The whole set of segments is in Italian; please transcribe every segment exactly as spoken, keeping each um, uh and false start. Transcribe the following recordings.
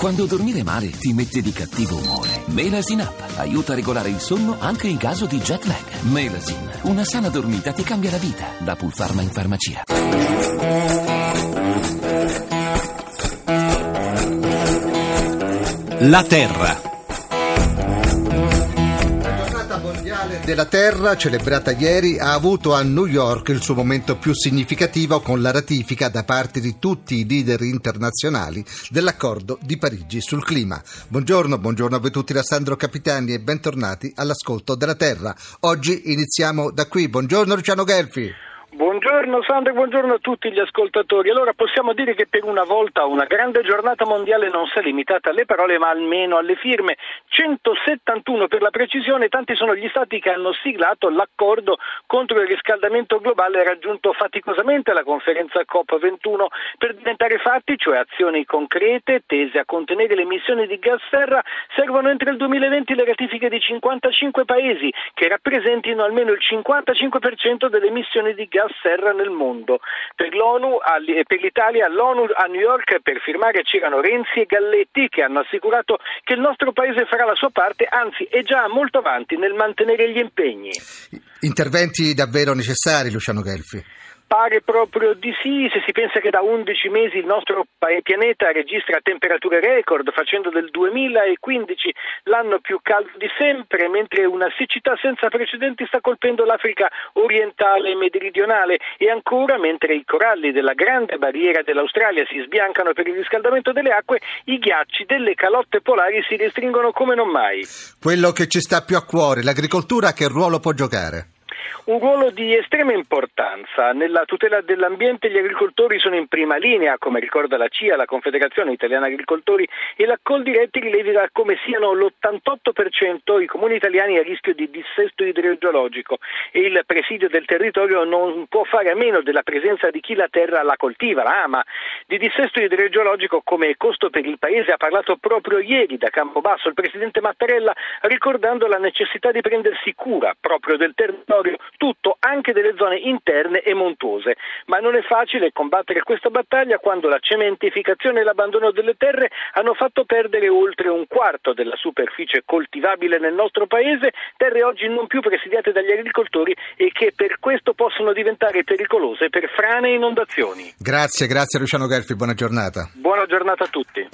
Quando dormire male ti mette di cattivo umore, Melasin Up aiuta a regolare il sonno anche in caso di jet lag. Melasin, una sana dormita ti cambia la vita. Da Pulpharma in farmacia. La Terra. Della Terra, celebrata ieri, ha avuto a New York il suo momento più significativo con la ratifica da parte di tutti i leader internazionali dell'accordo di Parigi sul clima. Buongiorno, buongiorno a voi tutti da Sandro Capitani e bentornati all'ascolto della Terra. Oggi iniziamo da qui. Buongiorno Luciano Gelfi. Buongiorno Sandro, buongiorno a tutti gli ascoltatori. Allora possiamo dire che per una volta una grande giornata mondiale non si è limitata alle parole ma almeno alle firme. centosettantuno per la precisione, tanti sono gli stati che hanno siglato l'accordo contro il riscaldamento globale raggiunto faticosamente alla conferenza COP ventuno per diventare fatti, cioè azioni concrete tese a contenere le emissioni di gas serra. Servono entro il duemilaventi le ratifiche di cinquantacinque paesi che rappresentino almeno il cinquantacinque per cento delle emissioni di gas serra nel mondo. Per l'ONU e per l'Italia all'ONU a New York per firmare c'erano Renzi e Galletti che hanno assicurato che il nostro paese farà la sua parte, anzi è già molto avanti nel mantenere gli impegni. Interventi davvero necessari, Luciano Gelfi. Pare proprio di sì, se si pensa che da undici mesi il nostro pianeta registra temperature record, facendo del duemilaquindici l'anno più caldo di sempre, mentre una siccità senza precedenti sta colpendo l'Africa orientale e meridionale, e ancora mentre i coralli della grande barriera dell'Australia si sbiancano per il riscaldamento delle acque, i ghiacci delle calotte polari si restringono come non mai. Quello che ci sta più a cuore, l'agricoltura, che ruolo può giocare? Un ruolo di estrema importanza. Nella tutela dell'ambiente gli agricoltori sono in prima linea, come ricorda la C I A, la Confederazione Italiana Agricoltori, e la Coldiretti rileva come siano l'ottantotto per cento i comuni italiani a rischio di dissesto idrogeologico, e il presidio del territorio non può fare a meno della presenza di chi la terra la coltiva, la ama. Di dissesto idrogeologico come costo per il Paese ha parlato proprio ieri da Campobasso il Presidente Mattarella, ricordando la necessità di prendersi cura proprio del territorio, tutto, anche delle zone interne e montuose. Ma non è facile combattere questa battaglia quando la cementificazione e l'abbandono delle terre hanno fatto perdere oltre un quarto della superficie coltivabile nel nostro paese, terre oggi non più presidiate dagli agricoltori e che per questo possono diventare pericolose per frane e inondazioni. Grazie, grazie Luciano Gelfi, buona giornata. Buona giornata a tutti.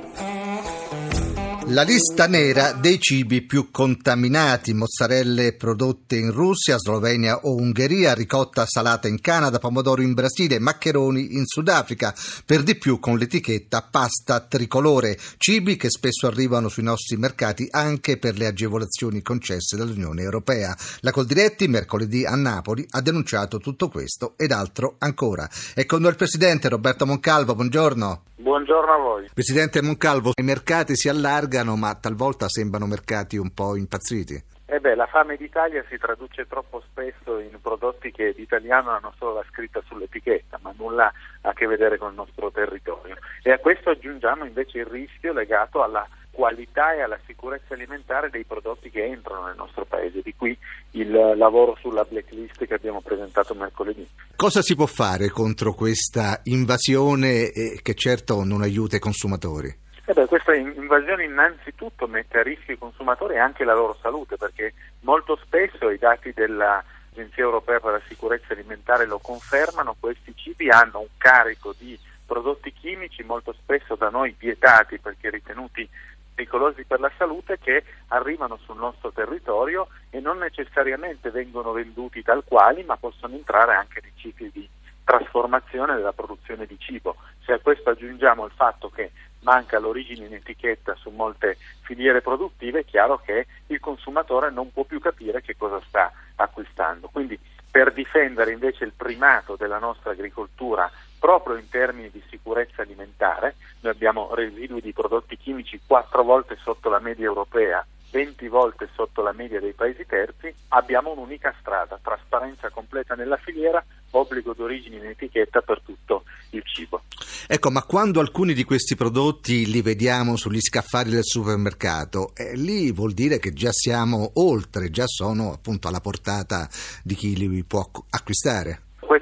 La lista nera dei cibi più contaminati: mozzarelle prodotte in Russia, Slovenia o Ungheria, ricotta salata in Canada, pomodoro in Brasile, maccheroni in Sudafrica, per di più con l'etichetta pasta tricolore, cibi che spesso arrivano sui nostri mercati anche per le agevolazioni concesse dall'Unione Europea. La Coldiretti mercoledì a Napoli ha denunciato tutto questo ed altro ancora. È con noi il Presidente Roberto Moncalvo, buongiorno. Buongiorno a voi. Presidente Moncalvo, i mercati si allargano ma talvolta sembrano mercati un po' impazziti. Eh beh, la fame d'Italia si traduce troppo spesso in prodotti che d'italiano hanno solo la scritta sull'etichetta, ma nulla a che vedere con il nostro territorio. E a questo aggiungiamo invece il rischio legato alla qualità e alla sicurezza alimentare dei prodotti che entrano nel nostro paese, di qui il lavoro sulla blacklist che abbiamo presentato mercoledì. Cosa si può fare contro questa invasione eh, che certo non aiuta i consumatori? Eh beh, questa invasione innanzitutto mette a rischio i consumatori e anche la loro salute, perché molto spesso i dati dell'Agenzia Europea per la Sicurezza Alimentare lo confermano: questi cibi hanno un carico di prodotti chimici molto spesso da noi vietati perché ritenuti pericolosi per la salute, che arrivano sul nostro territorio e non necessariamente vengono venduti tal quali, ma possono entrare anche nei cicli di trasformazione della produzione di cibo. Se a questo aggiungiamo il fatto che manca l'origine in etichetta su molte filiere produttive, è chiaro che il consumatore non può più capire che cosa sta acquistando. Quindi, per difendere invece il primato della nostra agricoltura proprio in termini di sicurezza alimentare, noi abbiamo residui di prodotti chimici quattro volte sotto la media europea, venti volte sotto la media dei paesi terzi, abbiamo un'unica strada: trasparenza completa nella filiera, obbligo d'origine in etichetta per tutto il cibo. Ecco, ma quando alcuni di questi prodotti li vediamo sugli scaffali del supermercato, eh, lì vuol dire che già siamo oltre, già sono appunto alla portata di chi li può acquistare. Questo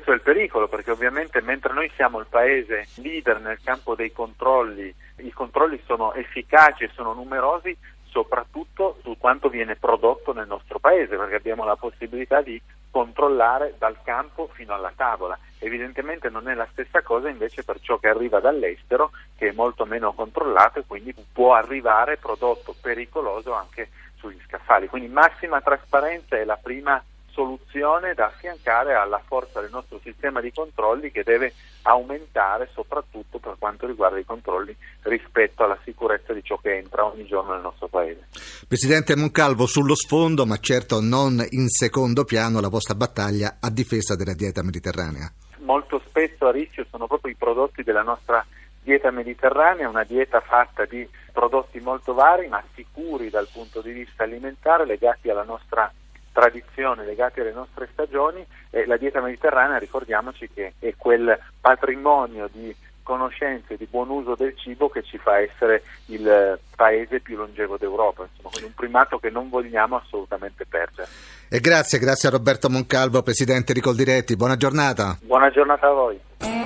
questo è il pericolo, perché ovviamente mentre noi siamo il paese leader nel campo dei controlli, i controlli sono efficaci e sono numerosi, soprattutto su quanto viene prodotto nel nostro paese, perché abbiamo la possibilità di controllare dal campo fino alla tavola. Evidentemente non è la stessa cosa invece per ciò che arriva dall'estero, che è molto meno controllato e quindi può arrivare prodotto pericoloso anche sugli scaffali. Quindi massima trasparenza è la prima soluzione da affiancare alla forza del nostro sistema di controlli, che deve aumentare soprattutto per quanto riguarda i controlli rispetto alla sicurezza di ciò che entra ogni giorno nel nostro paese. Presidente Moncalvo, sullo sfondo, ma certo non in secondo piano, la vostra battaglia a difesa della dieta mediterranea. Molto spesso a rischio sono proprio i prodotti della nostra dieta mediterranea, una dieta fatta di prodotti molto vari ma sicuri dal punto di vista alimentare, legati alla nostra tradizione, legati alle nostre stagioni. E la dieta mediterranea, ricordiamoci che è quel patrimonio di conoscenze, di buon uso del cibo che ci fa essere il paese più longevo d'Europa, insomma, quindi un primato che non vogliamo assolutamente perdere. E grazie, grazie a Roberto Moncalvo, Presidente di Coldiretti, buona giornata. Buona giornata a voi.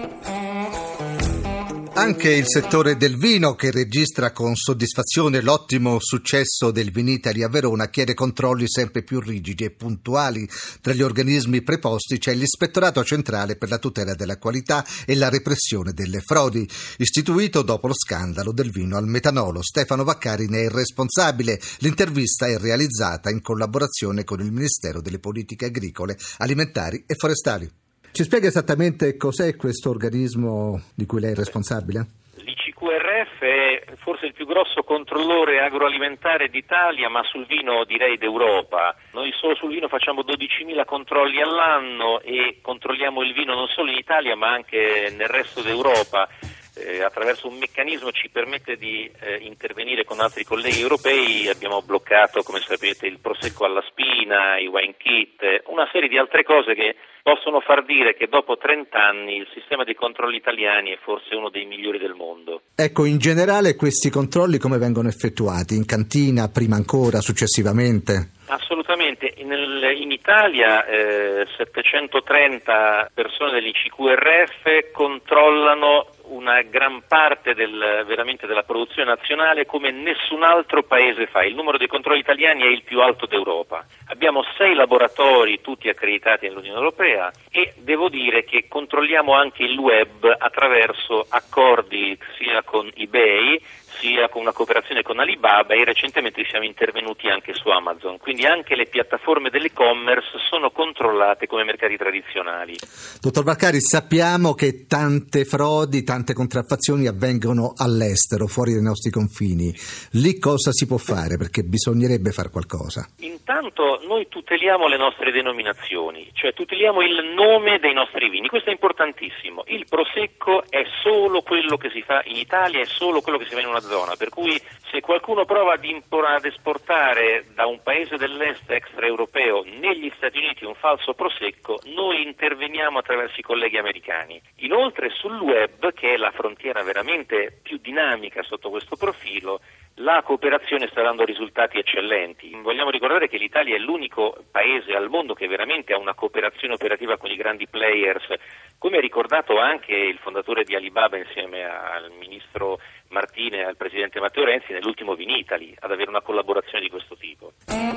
Anche il settore del vino, che registra con soddisfazione l'ottimo successo del Vinitaly a Verona, chiede controlli sempre più rigidi e puntuali. Tra gli organismi preposti c'è l'Ispettorato Centrale per la tutela della qualità e la repressione delle frodi, istituito dopo lo scandalo del vino al metanolo. Stefano Vaccari ne è il responsabile. L'intervista è realizzata in collaborazione con il Ministero delle Politiche Agricole, Alimentari e Forestali. Ci spiega esattamente cos'è questo organismo di cui lei è responsabile? L'I C Q R F è forse il più grosso controllore agroalimentare d'Italia, ma sul vino direi d'Europa. Noi solo sul vino facciamo dodicimila controlli all'anno e controlliamo il vino non solo in Italia ma anche nel resto d'Europa. Eh, attraverso un meccanismo ci permette di eh, intervenire con altri colleghi europei. Abbiamo bloccato, come sapete, il prosecco alla spina, i wine kit, una serie di altre cose che possono far dire che dopo trent'anni il sistema dei controlli italiani è forse uno dei migliori del mondo. Ecco, in generale questi controlli come vengono effettuati? In cantina, prima ancora, successivamente? Assolutamente, in, in Italia eh, settecentotrenta persone dell'I C Q R F controllano una gran parte del, veramente della produzione nazionale come nessun altro paese fa. Il numero dei controlli italiani è il più alto d'Europa. Abbiamo sei laboratori, tutti accreditati nell'Unione Europea, e devo dire che controlliamo anche il web attraverso accordi sia con eBay sia con una cooperazione con Alibaba, e recentemente siamo intervenuti anche su Amazon, quindi anche le piattaforme dell'e-commerce sono controllate come mercati tradizionali. Dottor Vaccari, sappiamo che tante frodi, tante contraffazioni avvengono all'estero, fuori dai nostri confini. Lì cosa si può fare? Perché bisognerebbe fare qualcosa. Intanto noi tuteliamo le nostre denominazioni, cioè tuteliamo il nome dei nostri vini, questo è importantissimo. Il prosecco è solo quello che si fa in Italia, è solo quello che si fa in una zona, per cui se qualcuno prova ad, impor- ad esportare da un paese dell'est extraeuropeo negli Stati Uniti un falso prosecco, noi interveniamo attraverso i colleghi americani. Inoltre sul web, che è la frontiera veramente più dinamica sotto questo profilo, la cooperazione sta dando risultati eccellenti. Vogliamo ricordare che l'Italia è l'unico paese al mondo che veramente ha una cooperazione operativa con i grandi players, come ha ricordato anche il fondatore di Alibaba insieme al ministro Martini e al presidente Matteo Renzi nell'ultimo Vinitaly, ad avere una collaborazione di questo tipo.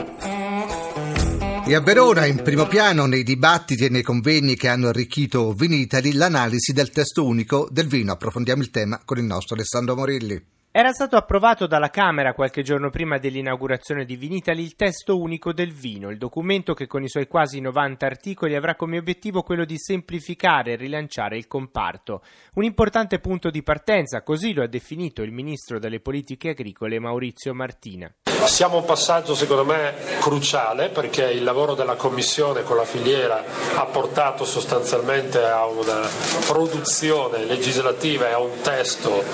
E a Verona, in primo piano, nei dibattiti e nei convegni che hanno arricchito Vinitaly, l'analisi del testo unico del vino. Approfondiamo il tema con il nostro Alessandro Morilli. Era stato approvato dalla Camera qualche giorno prima dell'inaugurazione di Vinitaly il testo unico del vino, il documento che con i suoi quasi novanta articoli avrà come obiettivo quello di semplificare e rilanciare il comparto. Un importante punto di partenza, così lo ha definito il ministro delle politiche agricole Maurizio Martina. Siamo a un passaggio secondo me cruciale, perché il lavoro della Commissione con la filiera ha portato sostanzialmente a una produzione legislativa e a un testo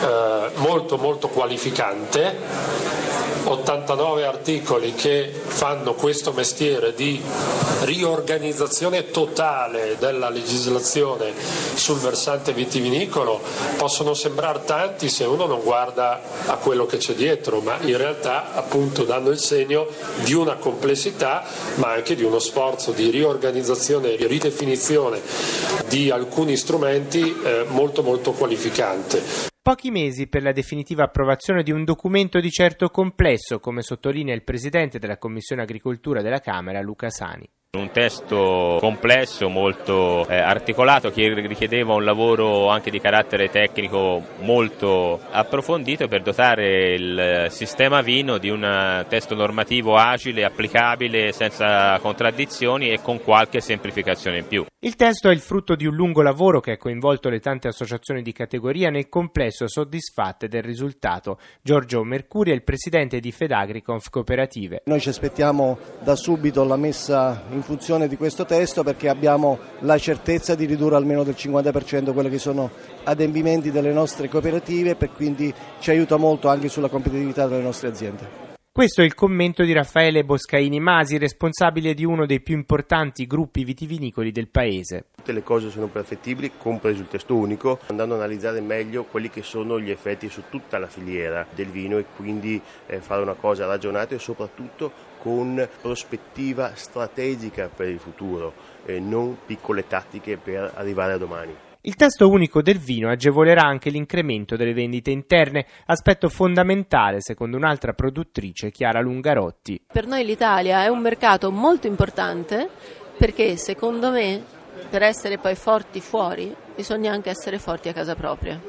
eh, molto molto qualificante, ottantanove articoli che fanno questo mestiere di riorganizzazione totale della legislazione sul versante vitivinicolo. Possono sembrare tanti se uno non guarda a quello che c'è dietro, ma in realtà appunto danno il segno di una complessità, ma anche di uno sforzo di riorganizzazione e di ridefinizione di alcuni strumenti eh, molto molto qualificante. Pochi mesi per la definitiva approvazione di un documento di certo complesso, come sottolinea il presidente della Commissione Agricoltura della Camera, Luca Sani. Un testo complesso, molto eh, articolato, che richiedeva un lavoro anche di carattere tecnico molto approfondito per dotare il sistema vino di un testo normativo agile, applicabile, senza contraddizioni e con qualche semplificazione in più. Il testo è il frutto di un lungo lavoro che ha coinvolto le tante associazioni di categoria, nel complesso soddisfatte del risultato. Giorgio Mercuri è il presidente di Fedagricom Cooperative. Noi ci aspettiamo da subito la messa in funzione di questo testo, perché abbiamo la certezza di ridurre almeno del cinquanta per cento quelli che sono adempimenti delle nostre cooperative, e quindi ci aiuta molto anche sulla competitività delle nostre aziende. Questo è il commento di Raffaele Boscaini Masi, responsabile di uno dei più importanti gruppi vitivinicoli del paese. Tutte le cose sono perfettibili, compreso il testo unico, andando a analizzare meglio quelli che sono gli effetti su tutta la filiera del vino e quindi eh, fare una cosa ragionata e soprattutto con prospettiva strategica per il futuro, eh, non piccole tattiche per arrivare a domani. Il testo unico del vino agevolerà anche l'incremento delle vendite interne, aspetto fondamentale secondo un'altra produttrice, Chiara Lungarotti. Per noi l'Italia è un mercato molto importante, perché secondo me per essere poi forti fuori bisogna anche essere forti a casa propria.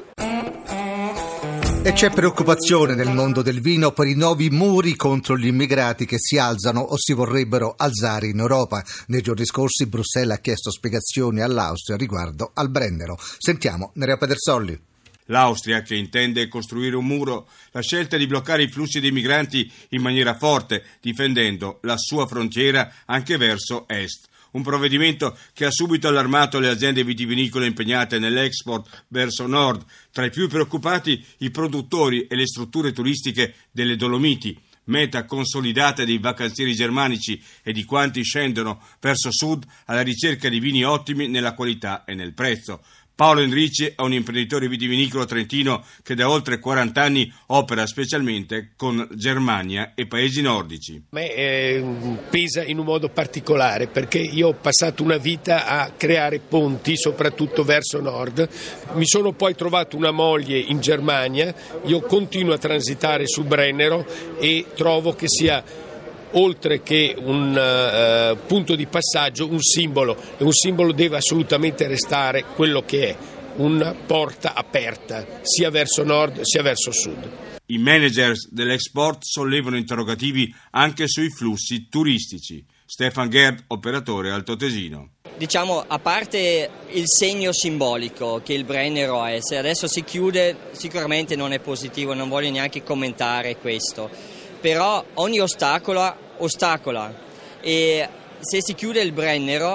E c'è preoccupazione nel mondo del vino per i nuovi muri contro gli immigrati che si alzano o si vorrebbero alzare in Europa. Nei giorni scorsi Bruxelles ha chiesto spiegazioni all'Austria riguardo al Brennero. Sentiamo Nerea Pedersolli. L'Austria, che intende costruire un muro, la scelta di bloccare i flussi di migranti in maniera forte, difendendo la sua frontiera anche verso est. Un provvedimento che ha subito allarmato le aziende vitivinicole impegnate nell'export verso nord, tra i più preoccupati i produttori e le strutture turistiche delle Dolomiti, meta consolidata dei vacanzieri germanici e di quanti scendono verso sud alla ricerca di vini ottimi nella qualità e nel prezzo. Paolo Enrici è un imprenditore vitivinicolo trentino che da oltre quaranta anni opera specialmente con Germania e paesi nordici. A me eh, pesa in un modo particolare, perché io ho passato una vita a creare ponti, soprattutto verso nord. Mi sono poi trovato una moglie in Germania, io continuo a transitare sul Brennero e trovo che sia, oltre che un uh, punto di passaggio, un simbolo, e un simbolo deve assolutamente restare quello che è, una porta aperta sia verso nord sia verso sud. I managers dell'export sollevano interrogativi anche sui flussi turistici. Stefan Gerd, operatore altoatesino. Diciamo, a parte il segno simbolico che il Brennero ha, se adesso si chiude sicuramente non è positivo, non voglio neanche commentare questo. Però ogni ostacolo ostacola, e se si chiude il Brennero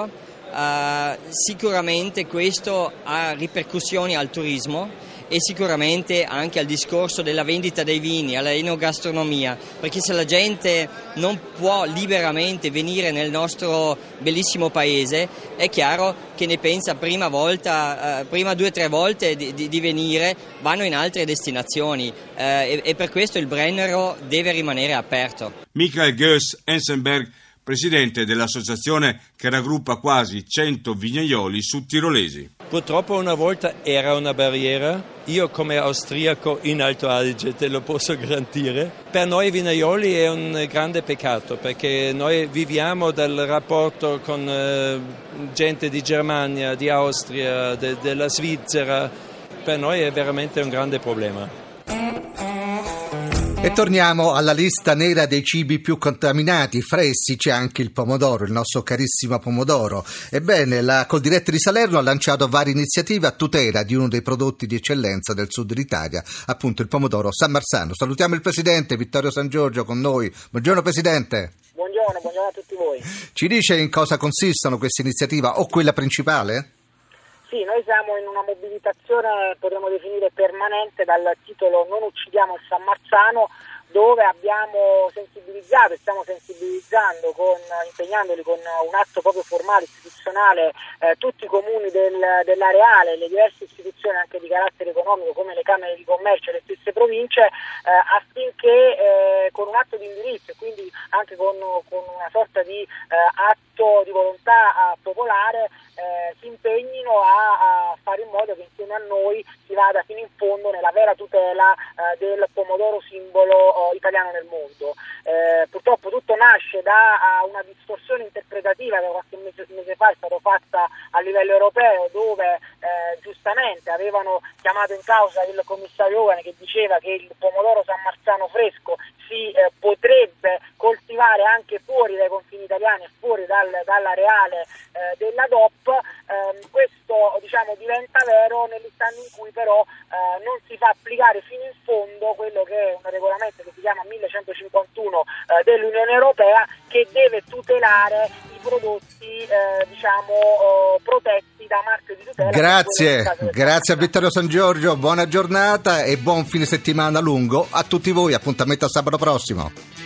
uh, sicuramente questo ha ripercussioni al turismo e sicuramente anche al discorso della vendita dei vini, alla enogastronomia, perché se la gente non può liberamente venire nel nostro bellissimo paese, è chiaro che ne pensa prima volta, eh, prima due o tre volte di, di, di venire, vanno in altre destinazioni eh, e, e per questo il Brennero deve rimanere aperto. Michael Goes-Ensenberg, presidente dell'associazione che raggruppa quasi cento vignaioli sudtirolesi. Purtroppo una volta era una barriera, io come austriaco in Alto Adige te lo posso garantire. Per noi vignaioli è un grande peccato, perché noi viviamo del rapporto con eh, gente di Germania, di Austria, de, della Svizzera. Per noi è veramente un grande problema. E torniamo alla lista nera dei cibi più contaminati, freschi. C'è anche il pomodoro, il nostro carissimo pomodoro. Ebbene, la Coldiretti di Salerno ha lanciato varie iniziative a tutela di uno dei prodotti di eccellenza del sud d'Italia, appunto il pomodoro sammarzano. Salutiamo il presidente Vittorio San Giorgio con noi. Buongiorno presidente. Buongiorno, buongiorno a tutti voi. Ci dice in cosa consistono queste iniziative o quella principale? Sì, noi siamo in una mobilitazione, potremmo definire permanente, dal titolo Non uccidiamo il San Marzano, dove abbiamo sensibilizzato e stiamo sensibilizzando, con, impegnandoli con un atto proprio formale, istituzionale, eh, tutti i comuni del, dell'areale, le diverse istituzioni anche di carattere economico come le camere di commercio e le stesse province, eh, affinché eh, con un atto di indirizzo e quindi anche con, con una sorta di eh, atto di volontà eh, popolare eh, si impegnino a, a fare in modo che insieme a noi si vada fino in fondo nella vera tutela eh, del pomodoro simbolo eh, italiano nel mondo. Eh, purtroppo tutto nasce da uh, una distorsione interpretativa che qualche mese, mese fa è stata fatta a livello europeo, dove eh, giustamente avevano chiamato in causa il commissario Hogan, che diceva che il pomodoro San Marzano fresco si eh, potrebbe coltivare anche fuori dai confini italiani e fuori dal, dall'areale eh, della D O P. Eh, questo diciamo diventa vero nell'istante in cui però eh, non si fa applicare fino in fondo quello che è un regolamento che si chiama millecentocinquantuno eh, dell'Unione Europea, che deve tutelare i prodotti eh, diciamo oh, protetti da marchio di tutela. Grazie, grazie a Vittorio San Giorgio, buona giornata e buon fine settimana lungo a tutti voi. Appuntamento a sabato prossimo.